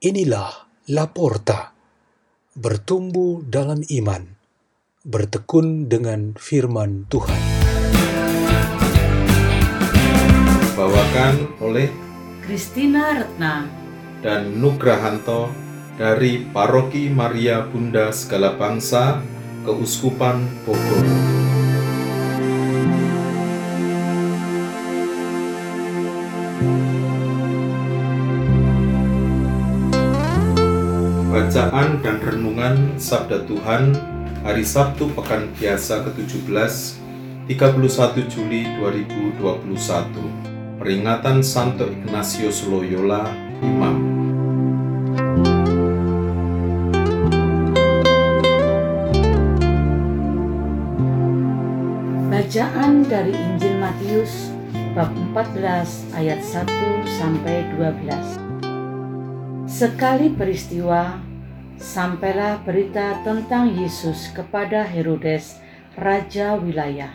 Inilah Laporta, bertumbuh dalam iman, bertekun dengan firman Tuhan. Bawakan oleh Christina Retna dan Nugrahanto dari Paroki Maria Bunda Segala Bangsa, Keuskupan Bogor. Bacaan dan renungan Sabda Tuhan hari Sabtu Pekan Biasa ke-17, 31 Juli 2021. Peringatan Santo Ignatius Loyola, Imam. Bacaan dari Injil Matius bab 14 ayat 1 sampai 12. Sekali peristiwa, sampailah berita tentang Yesus kepada Herodes, raja wilayah.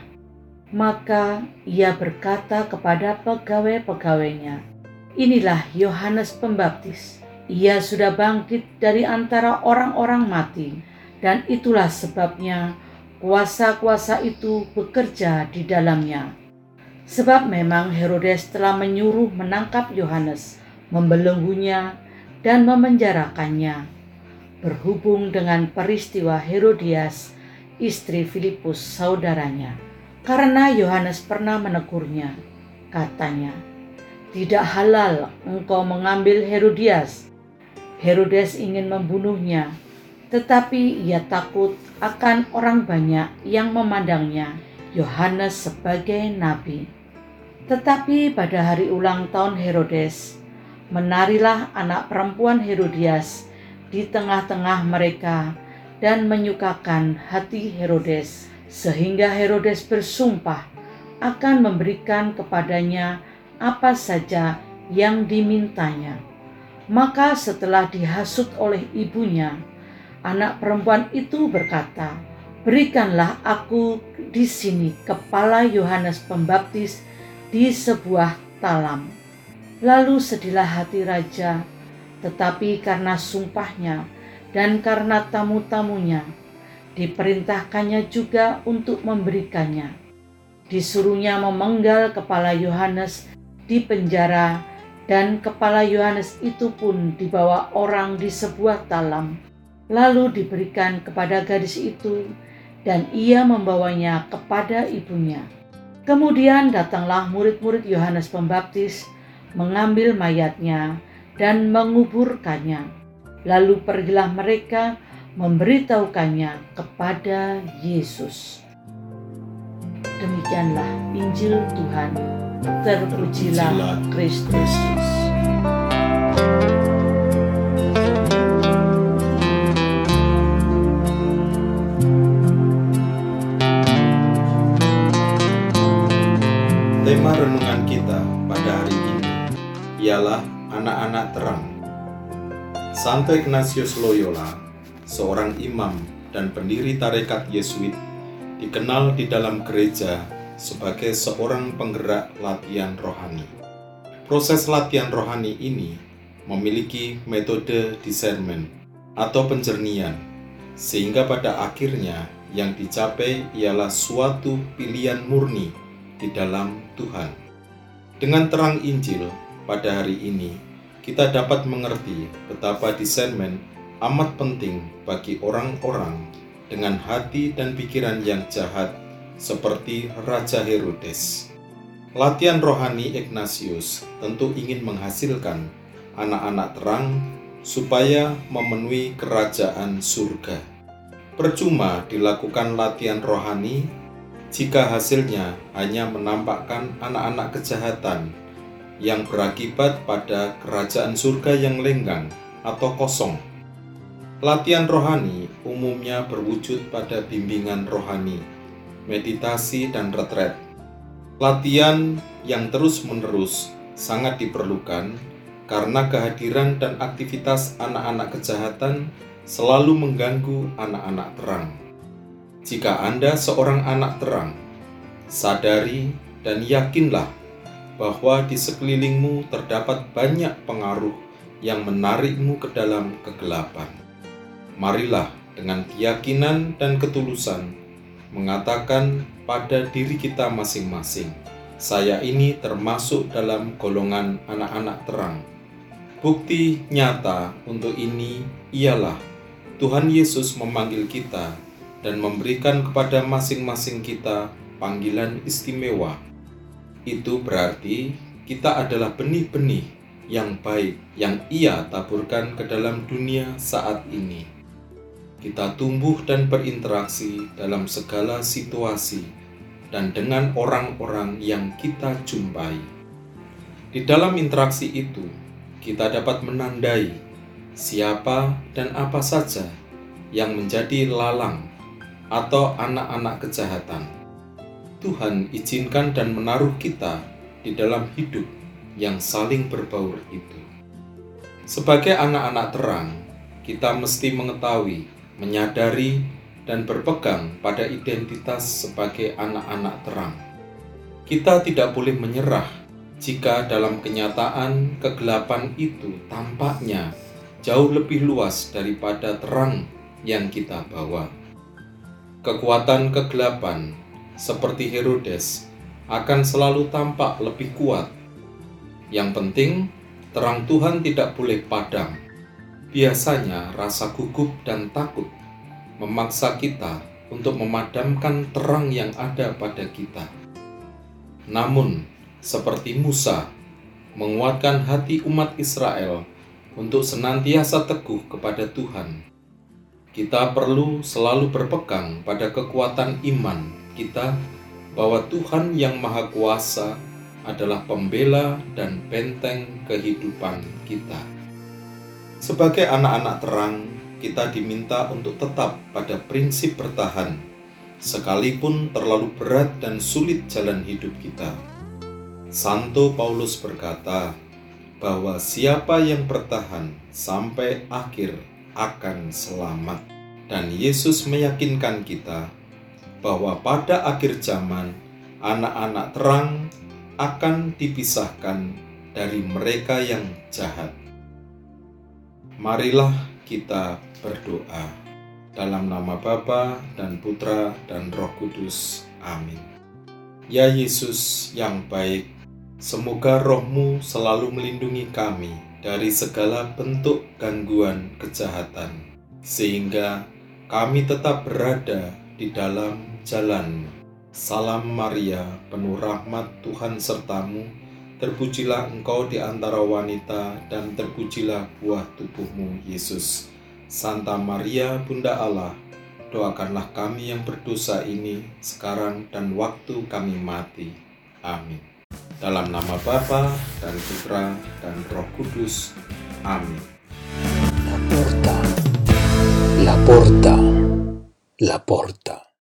Maka ia berkata kepada pegawai-pegawainya, "Inilah Yohanes Pembaptis. Ia sudah bangkit dari antara orang-orang mati, dan itulah sebabnya kuasa-kuasa itu bekerja di dalamnya." Sebab memang Herodes telah menyuruh menangkap Yohanes, membelenggunya, dan memenjarakannya, berhubung dengan peristiwa Herodias, istri Filipus saudaranya. Karena Yohanes pernah menegurnya, katanya, "Tidak halal engkau mengambil Herodias." Herodes ingin membunuhnya, tetapi ia takut akan orang banyak yang memandangnya Yohanes sebagai nabi. Tetapi pada hari ulang tahun Herodes, menarilah anak perempuan Herodias di tengah-tengah mereka dan menyukakan hati Herodes, sehingga Herodes bersumpah akan memberikan kepadanya apa saja yang dimintanya. Maka setelah dihasut oleh ibunya, anak perempuan itu berkata, "Berikanlah aku di sini kepala Yohanes Pembaptis di sebuah talam." Lalu sedihlah hati raja, tetapi karena sumpahnya dan karena tamu-tamunya, diperintahkannya juga untuk memberikannya. Disuruhnya memenggal kepala Yohanes di penjara, dan kepala Yohanes itu pun dibawa orang di sebuah talam, lalu diberikan kepada gadis itu, dan ia membawanya kepada ibunya. Kemudian datanglah murid-murid Yohanes Pembaptis, mengambil mayatnya dan menguburkannya. Lalu pergilah mereka memberitahukannya kepada Yesus. Demikianlah Injil Tuhan. Terpujilah Kristus. Tema renungan kita pada hari ini ialah anak-anak terang. Santo Ignatius Loyola, seorang imam dan pendiri tarekat Yesuit, dikenal di dalam gereja sebagai seorang penggerak latihan rohani. Proses latihan rohani ini memiliki metode discernment atau penjernihan, sehingga pada akhirnya yang dicapai ialah suatu pilihan murni di dalam Tuhan. Dengan terang Injil pada hari ini, kita dapat mengerti betapa discernment amat penting bagi orang-orang dengan hati dan pikiran yang jahat seperti Raja Herodes. Latihan rohani Ignatius tentu ingin menghasilkan anak-anak terang supaya memenuhi kerajaan surga. Percuma dilakukan latihan rohani jika hasilnya hanya menampakkan anak-anak kejahatan yang berakibat pada kerajaan surga yang lenggang atau kosong. Latihan rohani umumnya berwujud pada bimbingan rohani, meditasi, dan retret. Latihan yang terus-menerus sangat diperlukan karena kehadiran dan aktivitas anak-anak kejahatan selalu mengganggu anak-anak terang. Jika Anda seorang anak terang, sadari dan yakinlah bahwa di sekelilingmu terdapat banyak pengaruh yang menarikmu ke dalam kegelapan. Marilah dengan keyakinan dan ketulusan mengatakan pada diri kita masing-masing, saya ini termasuk dalam golongan anak-anak terang. Bukti nyata untuk ini ialah Tuhan Yesus memanggil kita dan memberikan kepada masing-masing kita panggilan istimewa. Itu berarti kita adalah benih-benih yang baik yang Ia taburkan ke dalam dunia saat ini. Kita tumbuh dan berinteraksi dalam segala situasi dan dengan orang-orang yang kita jumpai. Di dalam interaksi itu, kita dapat menandai siapa dan apa saja yang menjadi lalang atau anak-anak kejahatan. Tuhan izinkan dan menaruh kita di dalam hidup yang saling berbaur itu. Sebagai anak-anak terang, kita mesti mengetahui, menyadari, dan berpegang pada identitas sebagai anak-anak terang. Kita tidak boleh menyerah jika dalam kenyataan kegelapan itu tampaknya jauh lebih luas daripada terang yang kita bawa. Kekuatan kegelapan seperti Herodes akan selalu tampak lebih kuat. Yang penting, terang Tuhan tidak boleh padam. Biasanya rasa gugup dan takut memaksa kita untuk memadamkan terang yang ada pada kita. Namun, seperti Musa, menguatkan hati umat Israel untuk senantiasa teguh kepada Tuhan. Kita perlu selalu berpegang pada kekuatan iman kita bahwa Tuhan yang Maha Kuasa adalah pembela dan benteng kehidupan kita. Sebagai anak-anak terang, kita diminta untuk tetap pada prinsip bertahan, sekalipun terlalu berat dan sulit jalan hidup kita. Santo Paulus berkata bahwa siapa yang bertahan sampai akhir akan selamat. Dan Yesus meyakinkan kita bahwa pada akhir zaman, anak-anak terang akan dipisahkan dari mereka yang jahat. Marilah kita berdoa. Dalam nama Bapa dan Putra dan Roh Kudus. Amin. Ya Yesus yang baik, semoga Roh-Mu selalu melindungi kami dari segala bentuk gangguan kejahatan, sehingga kami tetap berada di dalam jalan-Mu. Salam Maria, penuh rahmat, Tuhan sertamu, terpujilah engkau di antara wanita, dan terpujilah buah tubuhmu, Yesus. Santa Maria, Bunda Allah, doakanlah kami yang berdosa ini, sekarang dan waktu kami mati. Amin. Dalam nama Bapa dan Putra dan Roh Kudus. Amin. La porta, la porta, la porta.